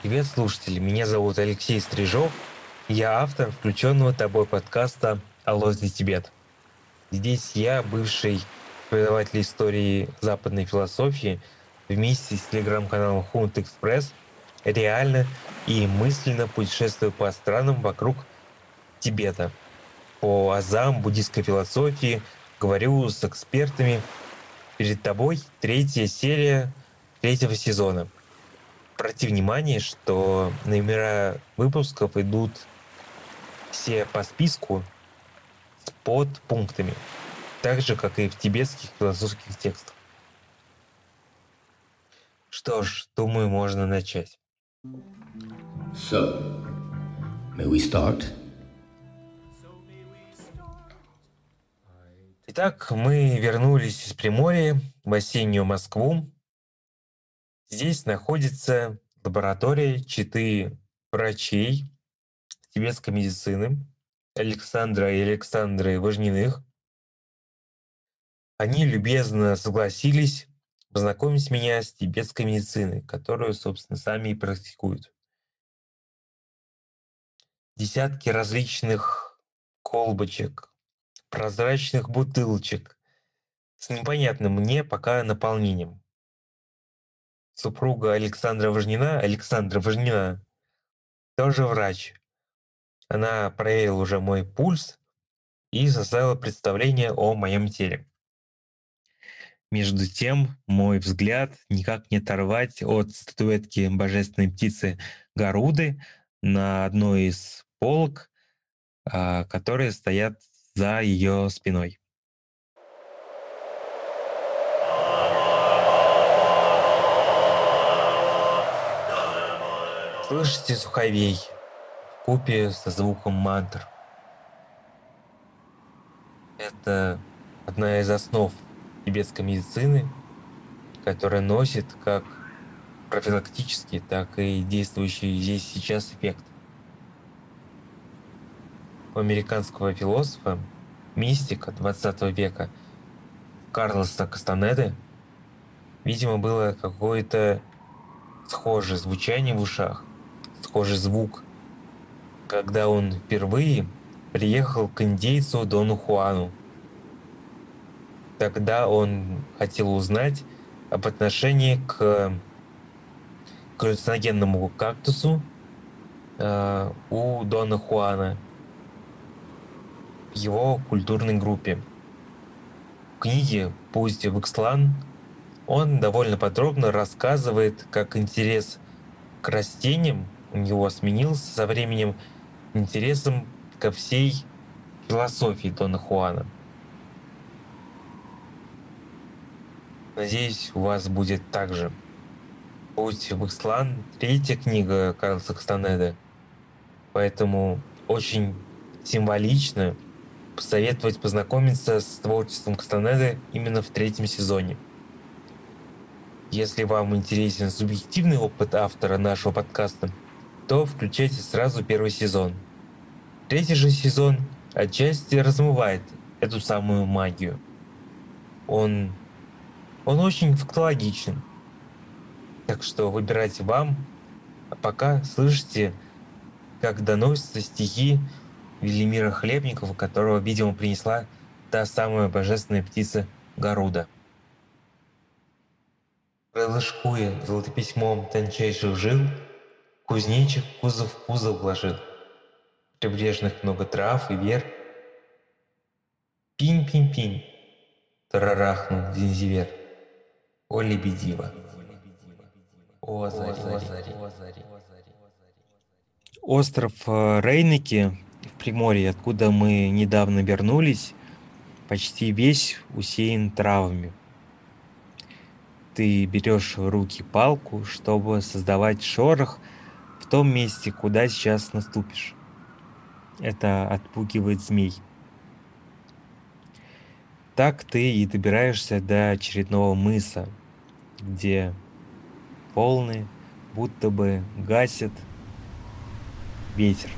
Привет, слушатели! Меня зовут Алексей Стрижов. Я автор включенного тобой подкаста «Алло, за Тибет». Здесь я, бывший преподаватель истории западной философии, вместе с телеграм-каналом Хунт Экспресс реально и мысленно путешествую по странам вокруг Тибета. По азам буддийской философии говорю с экспертами. Перед тобой третья серия третьего сезона. Обрати внимание, что номера выпусков идут все по списку с подпунктами, так же, как и в тибетских философских текстах. Что ж, думаю, можно начать. So, may we start? Итак, мы вернулись из Приморья в осеннюю Москву. Здесь находится лаборатория четы врачей тибетской медицины Александра и Александры Важниных. Они любезно согласились познакомить меня с тибетской медициной, которую, собственно, сами и практикуют. Десятки различных колбочек, прозрачных бутылочек с непонятным мне пока наполнением. Супруга Александра Важнина, тоже врач. Она проверила уже мой пульс и составила представление о моем теле. Между тем, мой взгляд никак не оторвать от статуэтки божественной птицы Гаруды на одной из полок, которые стоят за ее спиной. Слышите суховей вкупе со звуком мантр. Это одна из основ тибетской медицины, которая носит как профилактический, так и действующий здесь сейчас эффект. У американского философа, мистика 20 века Карлоса Кастанеды, видимо, было какое-то схожее звучание в ушах, схожий звук, когда он впервые приехал к индейцу Дону Хуану. Тогда он хотел узнать об отношении к галлюциногенному кактусу у Дона Хуана в его культурной группе. В книге «Путь в Икслан» он довольно подробно рассказывает, как интерес к растениям у него сменился со временем интересом ко всей философии Дона Хуана. Надеюсь, у вас будет так же. «Путь в Икслан» — третья книга Карлоса Кастанеды, поэтому очень символично посоветовать познакомиться с творчеством Кастанеды именно в третьем сезоне. Если вам интересен субъективный опыт автора нашего подкаста, то включайте сразу первый сезон. Третий же сезон отчасти размывает эту самую магию. Он очень фактологичен, так что выбирайте вам, а пока слышите, как доносятся стихи Велимира Хлебникова, которого, видимо, принесла та самая божественная птица Гаруда. Пролышкуя золотописьмом тончайших жил, кузнечик кузов в кузов вложил. Прибрежных много трав и вер. Пинь-пинь-пинь, тарарахнул Зинзивер. О, лебедива, о, зари. Остров Рейнеки в Приморье, откуда мы недавно вернулись, почти весь усеян травами. Ты берешь в руки палку, чтобы создавать шорох в том месте, куда сейчас наступишь. Это отпугивает змей. Так ты и добираешься до очередного мыса, где волны будто бы гасят ветер.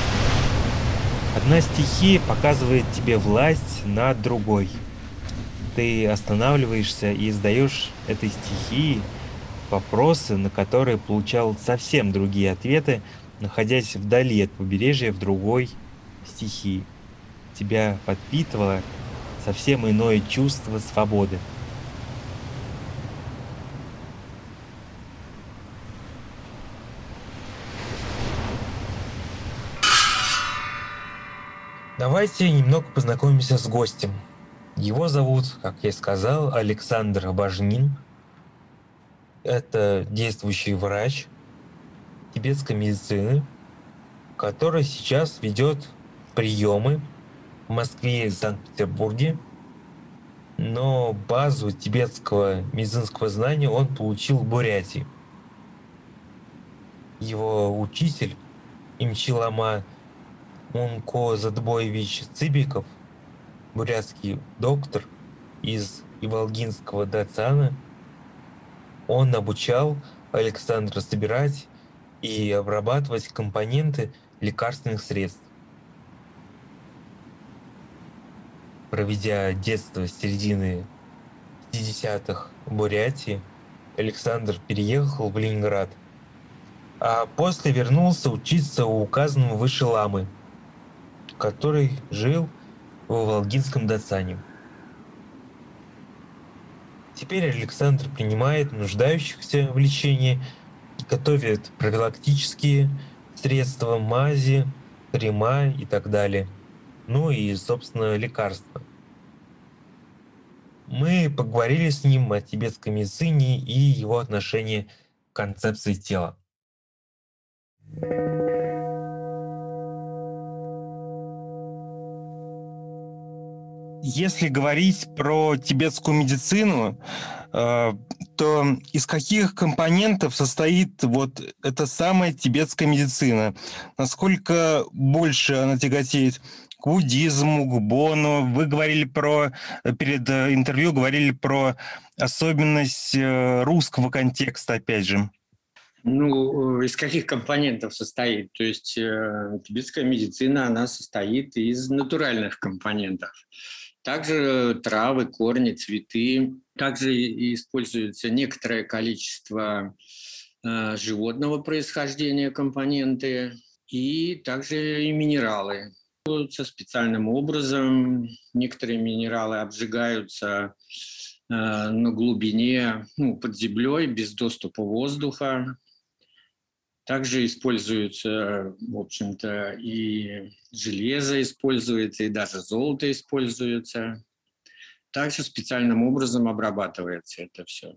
Одна стихия показывает тебе власть над другой. ты останавливаешься и задаешь этой стихии вопросы, на которые получал совсем другие ответы, находясь вдали от побережья в другой стихии. Тебя подпитывало совсем иное чувство свободы. Давайте немного познакомимся с гостем. Его зовут, как я и сказал, Александр Бажнин. Это действующий врач тибетской медицины, который сейчас ведет приемы в Москве и Санкт-Петербурге, но базу тибетского медицинского знания он получил в Бурятии. Его учитель Имчилама Мунко Задбоевич Цыбиков, бурятский доктор из Иволгинского Дацана, он обучал Александра собирать и обрабатывать компоненты лекарственных средств. Проведя детство с середины 50-х в Бурятии, Александр переехал в Ленинград, а после вернулся учиться у указанного выше ламы, который жил в Волгинском Дацане. Теперь Александр принимает нуждающихся в лечении, готовит профилактические средства, мази, крема и так далее. Ну и, собственно, лекарства. Мы поговорили с ним о тибетской медицине и его отношении к концепции тела. Если говорить про тибетскую медицину, то из каких компонентов состоит вот эта самая тибетская медицина? Насколько больше она тяготеет к буддизму, к бону? Вы говорили перед интервью говорили про особенность русского контекста, опять же. Ну, из каких компонентов состоит? То есть тибетская медицина, она состоит из натуральных компонентов. Также травы, корни, цветы. Также используется некоторое количество животного происхождения компоненты и также и минералы. Со специальным образом некоторые минералы обжигаются на глубине, под землей, без доступа воздуха. Также используется, в общем-то, и железо используется, и даже золото используется. Также специальным образом обрабатывается это все.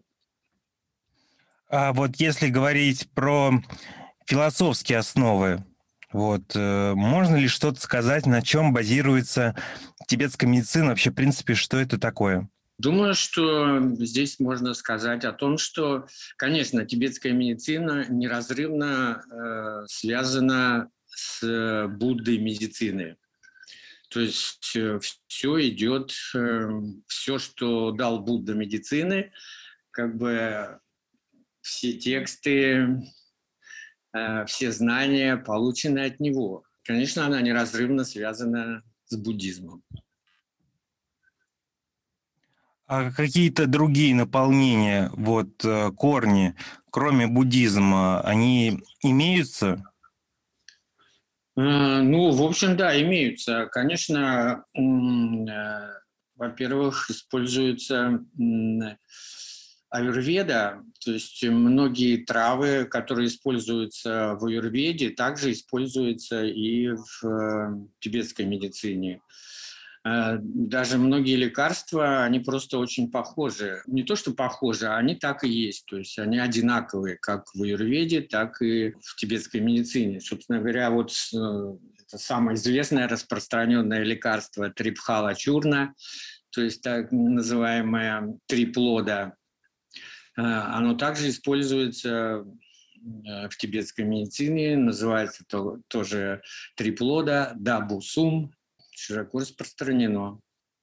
А вот если говорить про философские основы, можно ли что-то сказать, на чем базируется тибетская медицина? Вообще, в принципе, что это такое? Думаю, что здесь можно сказать о том, что, конечно, тибетская медицина неразрывно связана с Буддой медицины. То есть все идет, все, что дал Будда медицины, как бы все тексты, все знания получены от него. Конечно, она неразрывно связана с буддизмом. А какие-то другие наполнения, корни, кроме буддизма, они имеются? В общем, да, имеются. Конечно, во-первых, используется аюрведа, то есть многие травы, которые используются в аюрведе, также используются и в тибетской медицине. Даже многие лекарства, они просто очень похожи. Не то, что похожи, а они так и есть. То есть они одинаковые как в аюрведе, так и в тибетской медицине. Собственно говоря, это самое известное распространенное лекарство трипхала чурна, то есть так называемое триплода. Оно также используется в тибетской медицине, называется тоже триплода, дабусум, широко распространено.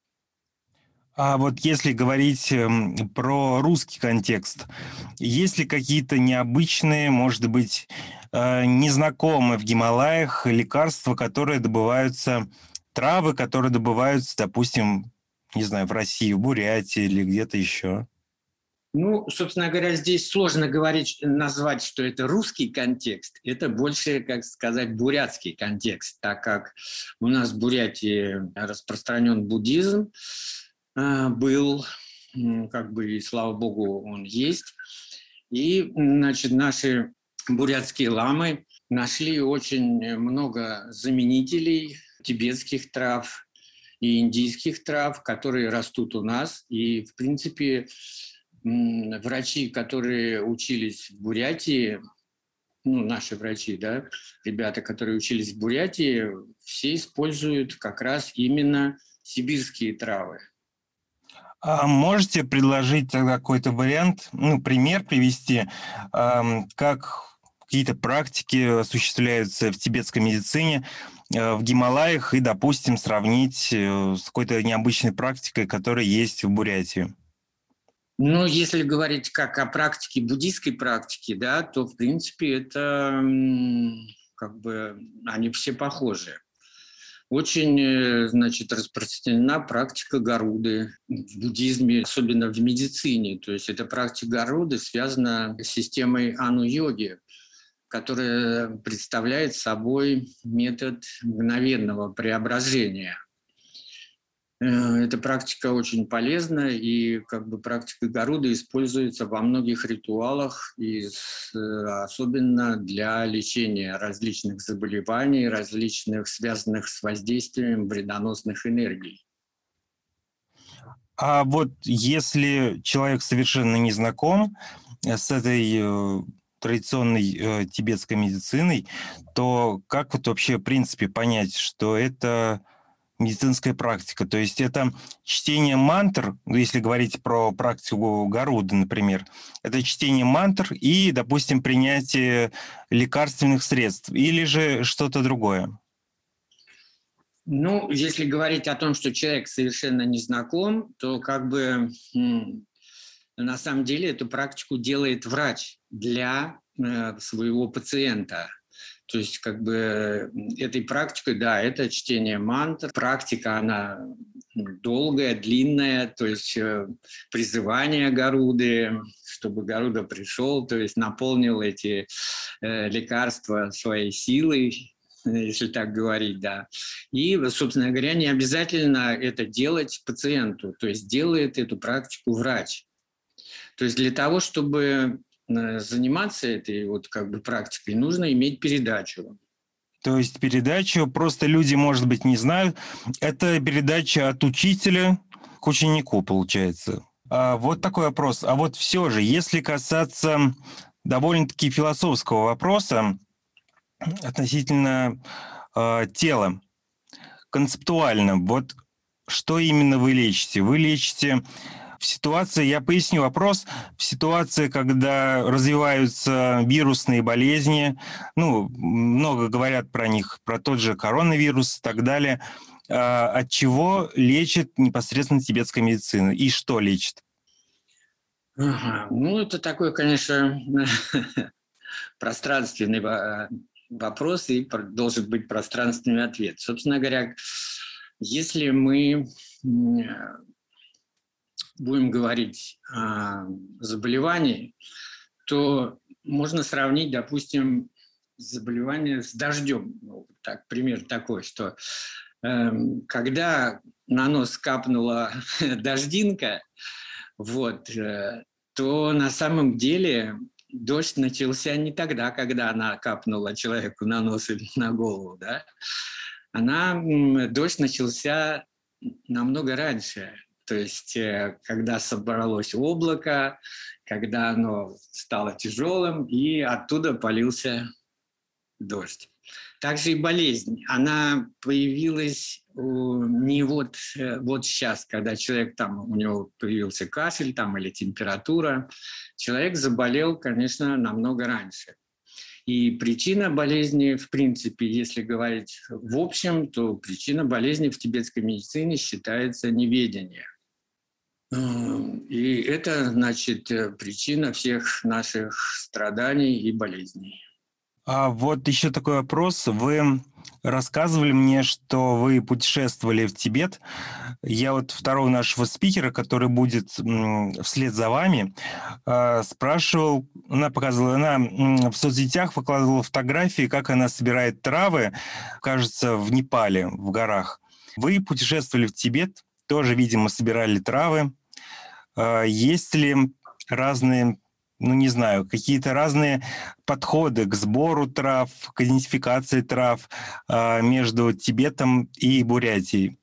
А вот если говорить про русский контекст, есть ли какие-то необычные, может быть, незнакомые в Гималаях лекарства, которые добываются, травы, которые добываются, допустим, не знаю, в России, в Бурятии или где-то еще? Ну, собственно говоря, здесь сложно говорить, назвать, что это русский контекст. Это больше, как сказать, бурятский контекст, так как у нас в Бурятии распространен буддизм, был, как бы, и слава богу, он есть. И, значит, наши бурятские ламы нашли очень много заменителей тибетских трав и индийских трав, которые растут у нас. И, в принципе, врачи, которые учились в Бурятии, ну, наши врачи, да, ребята, которые учились в Бурятии, все используют как раз именно сибирские травы. А можете предложить тогда какой-то вариант, ну, пример привести, как какие-то практики осуществляются в тибетской медицине в Гималаях и, допустим, сравнить с какой-то необычной практикой, которая есть в Бурятии? Ну, если говорить как о практике, буддийской практике, да, то, в принципе, это как бы они все похожи. Очень, значит, распространена практика Гаруды в буддизме, особенно в медицине. То есть эта практика Гаруды связана с системой ану-йоги, которая представляет собой метод мгновенного преображения. Эта практика очень полезна, и как бы практика Гаруды используется во многих ритуалах, особенно для лечения различных заболеваний, различных, связанных с воздействием вредоносных энергий. А вот если человек совершенно не знаком с этой традиционной тибетской медициной, то как вот вообще, в принципе, понять, что это медицинская практика? То есть это чтение мантр, ну, если говорить про практику Гаруды, например, это чтение мантр и, допустим, принятие лекарственных средств, или же что-то другое? Ну, если говорить о том, что человек совершенно не знаком, то как бы на самом деле эту практику делает врач для своего пациента. То есть как бы этой практикой, да, это чтение мантр. Практика, она долгая, длинная, то есть призывание Гаруды, чтобы Гаруда пришел, то есть наполнил эти лекарства своей силой, если так говорить, да. И, собственно говоря, не обязательно это делать пациенту, то есть делает эту практику врач. То есть для того, чтобы заниматься этой вот как бы практикой, нужно иметь передачу. То есть передачу просто люди, может быть, не знают. Это передача от учителя к ученику, получается. Вот такой вопрос. А вот все же, если касаться довольно-таки философского вопроса относительно тела, концептуально, вот что именно вы лечите? Вы лечите в ситуации, я поясню вопрос, в ситуации, когда развиваются вирусные болезни, ну, много говорят про них, про тот же коронавирус и так далее, от чего лечит непосредственно тибетская медицина и что лечит? Ага. Ну, это такой, конечно, пространственный вопрос, и должен быть пространственный ответ. Собственно говоря, если мы будем говорить о заболевании, то можно сравнить, допустим, заболевание с дождем. Ну, так, пример такой, что когда на нос капнула дождинка, вот, то на самом деле дождь начался не тогда, когда она капнула человеку на нос или на голову, да? Дождь начался намного раньше. То есть, когда собралось облако, когда оно стало тяжелым, и оттуда полился дождь. Также и болезнь. Она появилась не вот сейчас, когда человек там, у него появился кашель там, или температура. Человек заболел, конечно, намного раньше. И причина болезни, в принципе, если говорить в общем, то причина болезни в тибетской медицине считается неведение. И это, значит, причина всех наших страданий и болезней. А вот еще такой вопрос. Вы рассказывали мне, что вы путешествовали в Тибет. Я вот второго нашего спикера, который будет вслед за вами, спрашивал, она показывала, она в соцсетях выкладывала фотографии, как она собирает травы, кажется, в Непале, в горах. Вы путешествовали в Тибет, тоже, видимо, собирали травы. Есть ли разные, ну не знаю, какие-то разные подходы к сбору трав, к идентификации трав между Тибетом и Бурятией?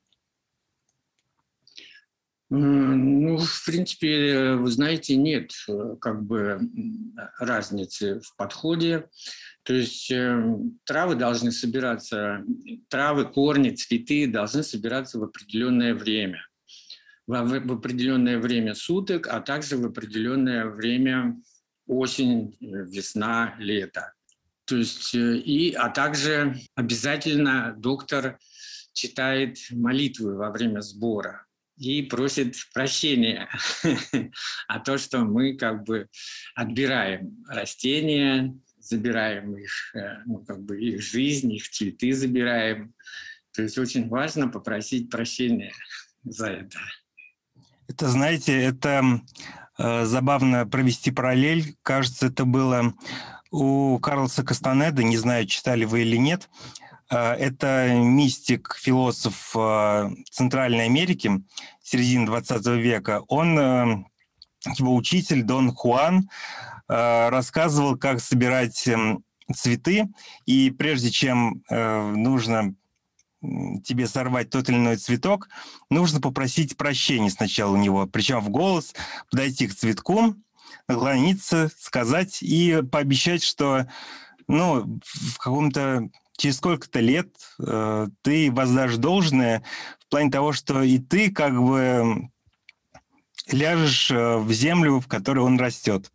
Ну, в принципе, вы знаете, нет как бы разницы в подходе. То есть травы должны собираться, травы, корни, цветы должны собираться в определенное время. В определенное время суток, а также в определенное время осень, весна, лето. То есть, а также обязательно доктор читает молитвы во время сбора и просит прощения о том, что мы как бы отбираем растения, забираем их, ну, как бы их жизнь, их цветы забираем. То есть очень важно попросить прощения за это. Это, знаете, это забавно провести параллель. Кажется, это было у Карлоса Кастанеды, не знаю, читали вы или нет. Это мистик, философ Центральной Америки середины 20 века. Он, его учитель Дон Хуан, рассказывал, как собирать цветы. И прежде чем нужно тебе сорвать тот или иной цветок, нужно попросить прощения сначала у него, причем в голос, подойти к цветку, наклониться, сказать и пообещать, что ну, в каком-то через сколько-то лет ты воздашь должное в плане того, что и ты как бы ляжешь в землю, в которой он растет.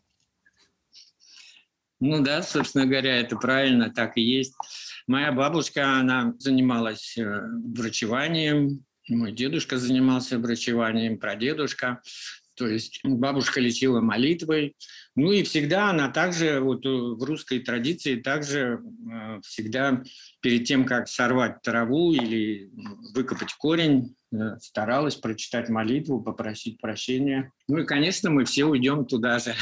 Ну да, собственно говоря, это правильно, так и есть. Моя бабушка, она занималась врачеванием, мой дедушка занимался врачеванием, прадедушка. То есть бабушка лечила молитвой. Ну и всегда она также, вот в русской традиции, также всегда перед тем, как сорвать траву или выкопать корень, старалась прочитать молитву, попросить прощения. Ну и, конечно, мы все уйдем туда же.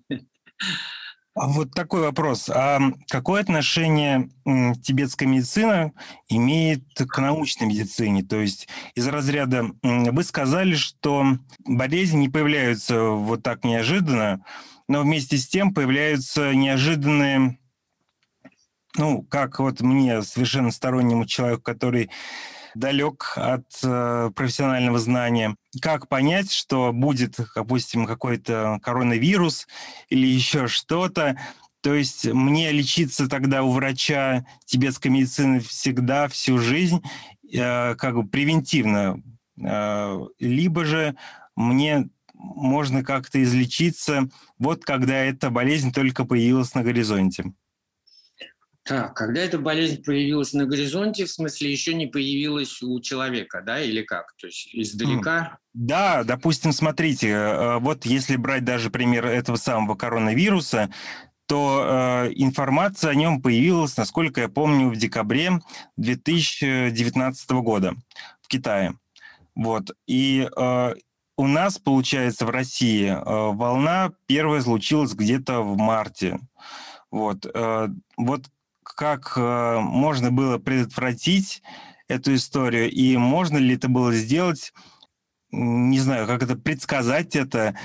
А вот такой вопрос. А какое отношение тибетская медицина имеет к научной медицине? То есть из разряда вы сказали, что болезни не появляются вот так неожиданно, но вместе с тем появляются неожиданные, ну, как вот мне, совершенно стороннему человеку, который далек от профессионального знания. Как понять, что будет, допустим, какой-то коронавирус или еще что-то? То есть мне лечиться тогда у врача тибетской медицины всегда, всю жизнь, как бы превентивно. Либо же мне можно как-то излечиться, вот когда эта болезнь только появилась на горизонте. Так, когда эта болезнь появилась на горизонте, в смысле еще не появилась у человека, да, или как? То есть издалека? Да, допустим, смотрите, вот если брать даже пример этого самого коронавируса, то информация о нем появилась, насколько я помню, в декабре 2019 года в Китае. Вот. И у нас, получается, в России волна первая случилась где-то в марте. Вот. Вот как можно было предотвратить эту историю, и можно ли это было сделать, не знаю, как это, предсказать это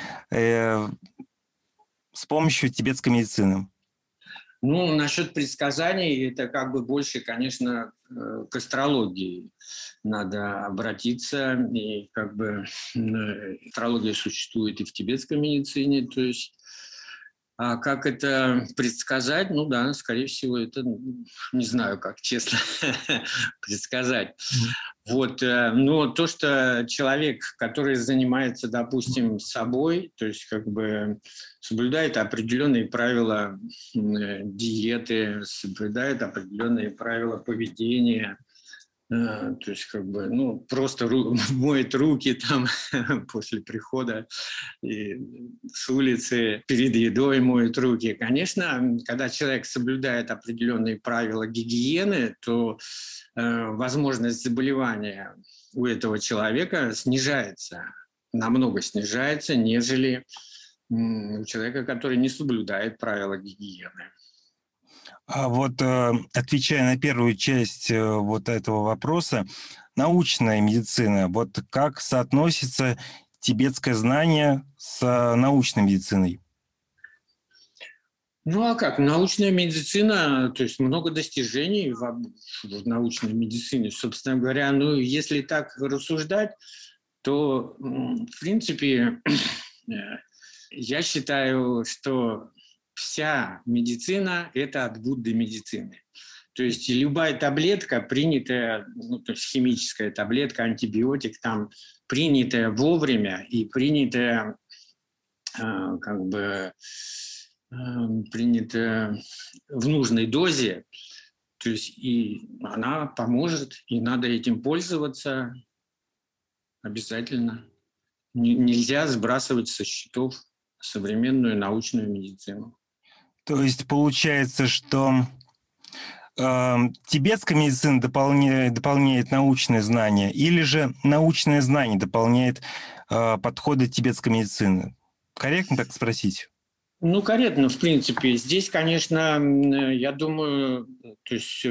с помощью тибетской медицины? Ну, насчет предсказаний, это как бы больше, конечно, к астрологии надо обратиться. И как бы астрология существует и в тибетской медицине, то есть а как это предсказать? Ну да, скорее всего, это не знаю, как честно предсказать. Вот, но то, что человек, который занимается, допустим, собой, то есть как бы соблюдает определенные правила диеты, соблюдает определенные правила поведения, То есть, как бы, ну, просто моет руки там после прихода и с улицы, перед едой моет руки. Конечно, когда человек соблюдает определенные правила гигиены, то возможность заболевания у этого человека снижается, намного снижается, нежели у человека, который не соблюдает правила гигиены. А вот отвечая на первую часть вот этого вопроса, научная медицина, вот как соотносится тибетское знание с научной медициной? Ну а как? Научная медицина, то есть много достижений в научной медицине. Собственно говоря, ну если так рассуждать, то, в принципе, я считаю, что вся медицина – это от Будды медицины. То есть любая таблетка, принятая, ну, то есть химическая таблетка, антибиотик, там, принятая вовремя и принятая как бы принятая в нужной дозе, то есть и она поможет, и надо этим пользоваться обязательно. Нельзя сбрасывать со счетов современную научную медицину. То есть получается, что тибетская медицина дополняет научное знание, или же научное знание дополняет подходы тибетской медицины? Корректно так спросить? Ну, корректно, в принципе. Здесь, конечно, я думаю, то есть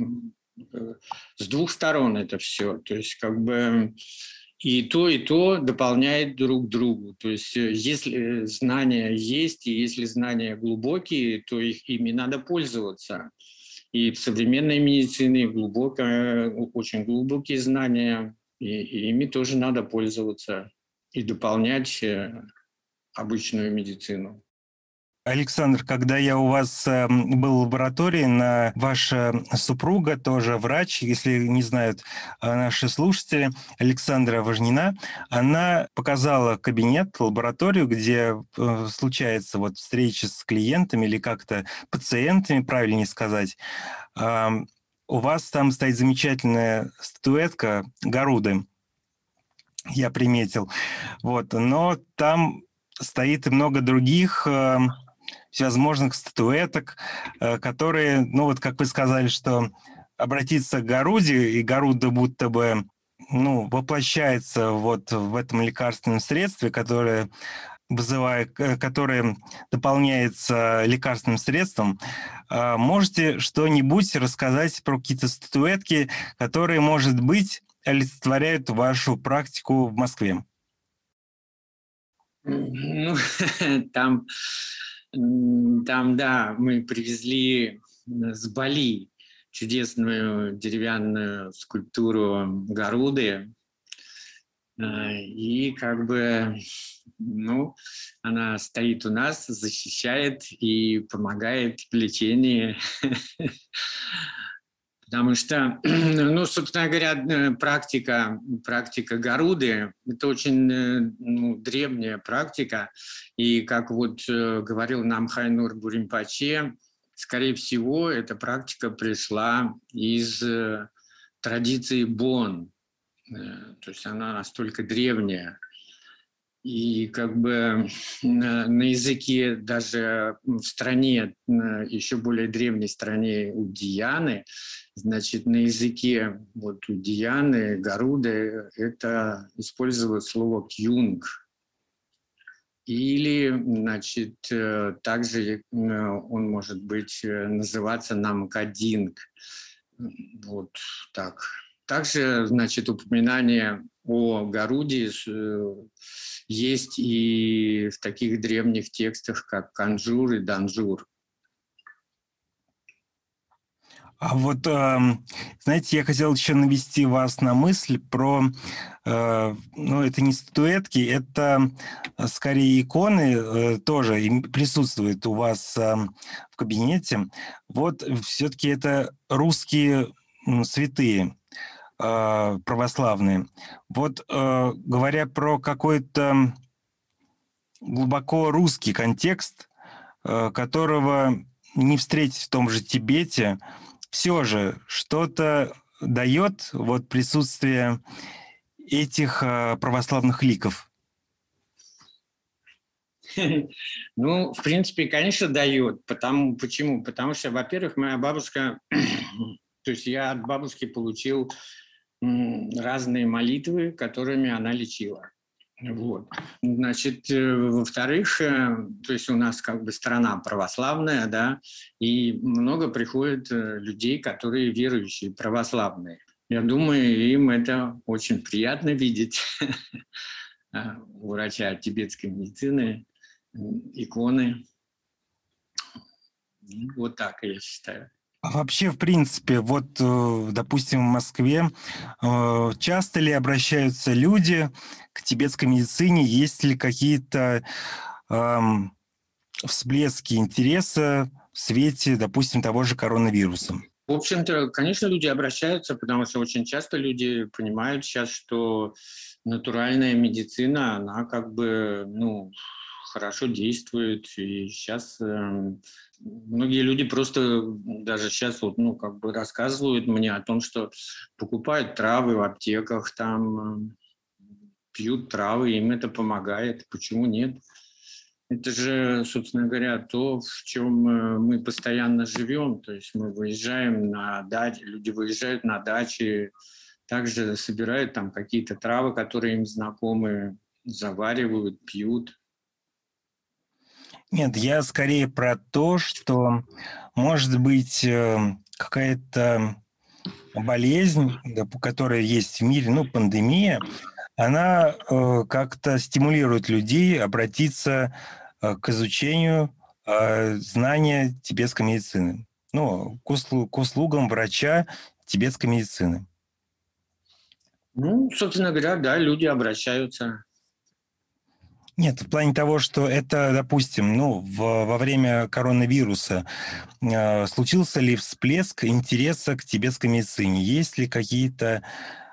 с двух сторон это все. То есть как бы и то дополняет друг другу. То есть если знания есть, и если знания глубокие, то ими надо пользоваться. И в современной медицине очень глубокие знания, и ими тоже надо пользоваться и дополнять обычную медицину. Александр, когда я у вас был в лаборатории, ваша супруга, тоже врач, если не знают наши слушатели, Александра Важнина, она показала кабинет, лабораторию, где случается вот встреча с клиентами или как-то пациентами, правильнее сказать. У вас там стоит замечательная статуэтка Гаруды, я приметил. Вот. Но там стоит и много других всевозможных статуэток, которые, ну вот как вы сказали, что обратиться к Гаруде, и Гаруда будто бы воплощается вот в этом лекарственном средстве, которое дополняется лекарственным средством. Можете что-нибудь рассказать про какие-то статуэтки, которые, может быть, олицетворяют вашу практику в Москве? Ну, там, да, мы привезли с Бали чудесную деревянную скульптуру Гаруды. И как бы, она стоит у нас, защищает и помогает в лечении. Потому что, собственно говоря, практика Гаруды – это очень древняя практика. И, как вот говорил нам Хайнур Буринпоче, скорее всего, эта практика пришла из традиции Бон. То есть она настолько древняя. И как бы на языке даже в стране, еще более древней стране Удияны, значит, на языке вот Удияны, Гаруды, это использовалось слово «кьюнг». Или, значит, также он может быть называться «намкадинг». Вот так. Также, значит, упоминание о Гаруде есть и в таких древних текстах, как Канжур и Данжур. А вот, знаете, я хотел еще навести вас на мысль про, это не статуэтки, это скорее иконы тоже присутствуют у вас в кабинете. Вот все-таки это русские святые, православные. Вот говоря про какой-то глубоко русский контекст, которого не встретить в том же Тибете, все же что-то дает вот присутствие этих православных ликов? Ну, в принципе, конечно, дает. Почему? Потому что, во-первых, моя бабушка, то есть я от бабушки получил разные молитвы, которыми она лечила. Вот. Значит, во-вторых, то есть у нас как бы страна православная, да, и много приходит людей, которые верующие, православные. Я думаю, им это очень приятно видеть у врача тибетской медицины иконы. Вот так я считаю. А вообще, в принципе, вот, допустим, в Москве часто ли обращаются люди к тибетской медицине? Есть ли какие-то всплески интереса в свете, допустим, того же коронавируса? В общем-то, конечно, люди обращаются, потому что очень часто люди понимают сейчас, что натуральная медицина, она как бы, ну, хорошо действует. И сейчас многие люди просто даже сейчас вот, ну, как бы рассказывают мне о том, что покупают травы в аптеках, там пьют травы, им это помогает. Почему нет? Это же, собственно говоря, то, в чем мы постоянно живем. То есть мы выезжаем на дачи, люди выезжают на дачи, также собирают там какие-то травы, которые им знакомы, заваривают, пьют. Нет, я скорее про то, что может быть какая-то болезнь, которая есть в мире, ну, пандемия, она как-то стимулирует людей обратиться к изучению знания тибетской медицины, ну, к услугам врача тибетской медицины. Ну, собственно говоря, да, люди обращаются. Нет, в плане того, что это, допустим, ну, во время коронавируса случился ли всплеск интереса к тибетской медицине? Есть ли какие-то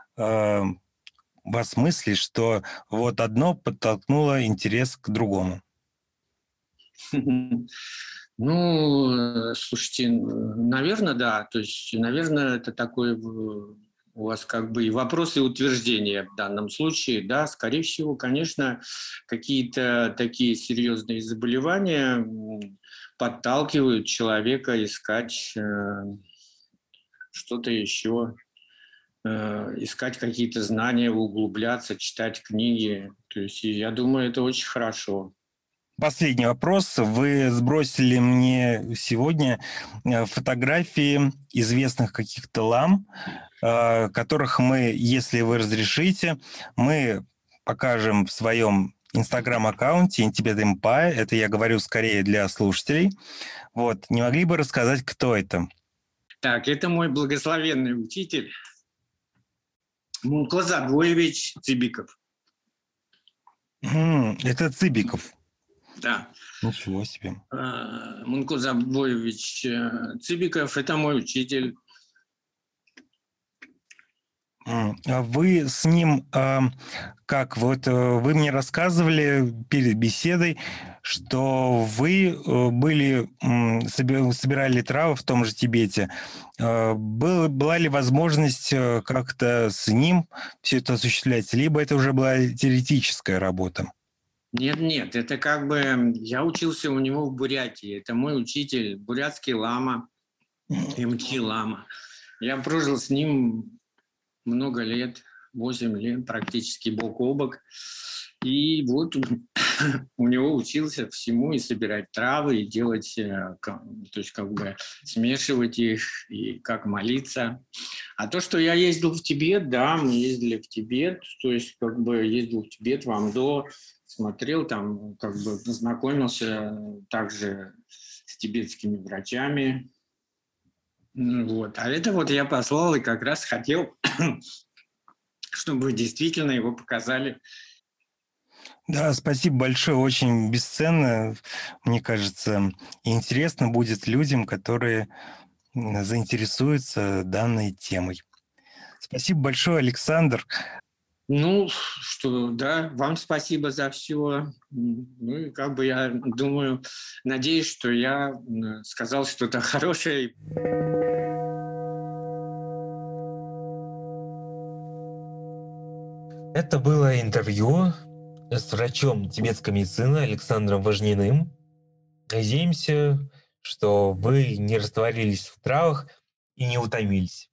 у вас мысли, что вот одно подтолкнуло интерес к другому? Ну, слушайте, наверное, да. То есть, наверное, это такой у вас как бы и вопросы, и утверждения в данном случае. Да, скорее всего, конечно, какие-то такие серьезные заболевания подталкивают человека искать что-то еще, искать какие-то знания, углубляться, читать книги. То есть, я думаю, это очень хорошо. Последний вопрос. Вы сбросили мне сегодня фотографии известных каких-то лам, которых мы, если вы разрешите, мы покажем в своем инстаграм-аккаунте Tibet Empire. Это я говорю скорее для слушателей. Вот. Не могли бы рассказать, кто это? Так, это мой благословенный учитель Мункоза Боевич Цибиков. Это Цыбиков. Да. Ничего себе. Мункоза Боевич Цибиков – это мой учитель. Вы с ним, как вот вы мне рассказывали перед беседой, что вы собирали травы в том же Тибете. Была ли возможность как-то с ним все это осуществлять, либо это уже была теоретическая работа? Нет, это как бы я учился у него в Бурятии. Это мой учитель, бурятский лама, МЧ лама. Я прожил с ним много лет, 8 лет, практически бок о бок. И вот у него учился всему и собирать травы, и делать, то есть как бы смешивать их, и как молиться. А то, что я ездил в Тибет, да, мы ездили в Тибет, то есть как бы ездил в Тибет, в Амдо, смотрел там, как бы познакомился также с тибетскими врачами. Вот. А это вот я послал и как раз хотел, чтобы действительно его показали. Да, спасибо большое, очень бесценно, мне кажется, и интересно будет людям, которые заинтересуются данной темой. Спасибо большое, Александр. Ну, что, да, вам спасибо за все. Ну, и как бы я думаю, надеюсь, что я сказал что-то хорошее. Это было интервью с врачом тибетской медицины Александром Важниным. Надеемся, что вы не растворились в травах и не утомились.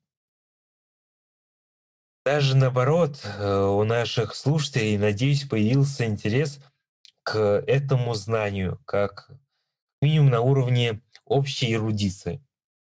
Даже наоборот, у наших слушателей, надеюсь, появился интерес к этому знанию, как минимум на уровне общей эрудиции.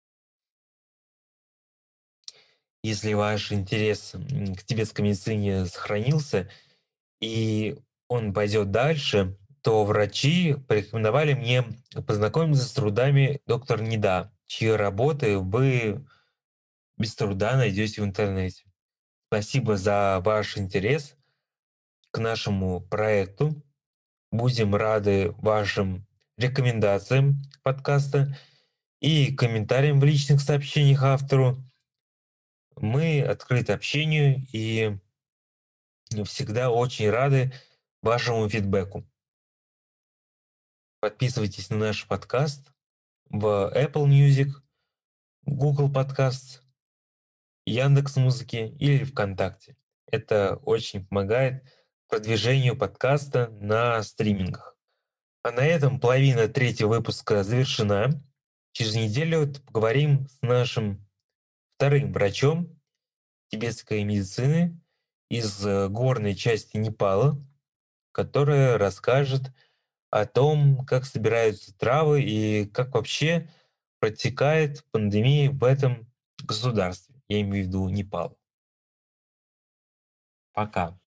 Если ваш интерес к тибетской медицине сохранился и он пойдет дальше, то врачи порекомендовали мне познакомиться с трудами доктора Нида, чьи работы вы без труда найдете в интернете. Спасибо за ваш интерес к нашему проекту. Будем рады вашим рекомендациям подкаста и комментариям в личных сообщениях автору. Мы открыты общению и всегда очень рады вашему фидбэку. Подписывайтесь на наш подкаст в Apple Music, Google Podcasts, Яндекс.Музыке или ВКонтакте. Это очень помогает продвижению подкаста на стримингах. А на этом половина третьего выпуска завершена. Через неделю поговорим с нашим вторым врачом тибетской медицины из горной части Непала, которая расскажет о том, как собираются травы и как вообще протекает пандемия в этом государстве. Я имею в виду Непал. Пока.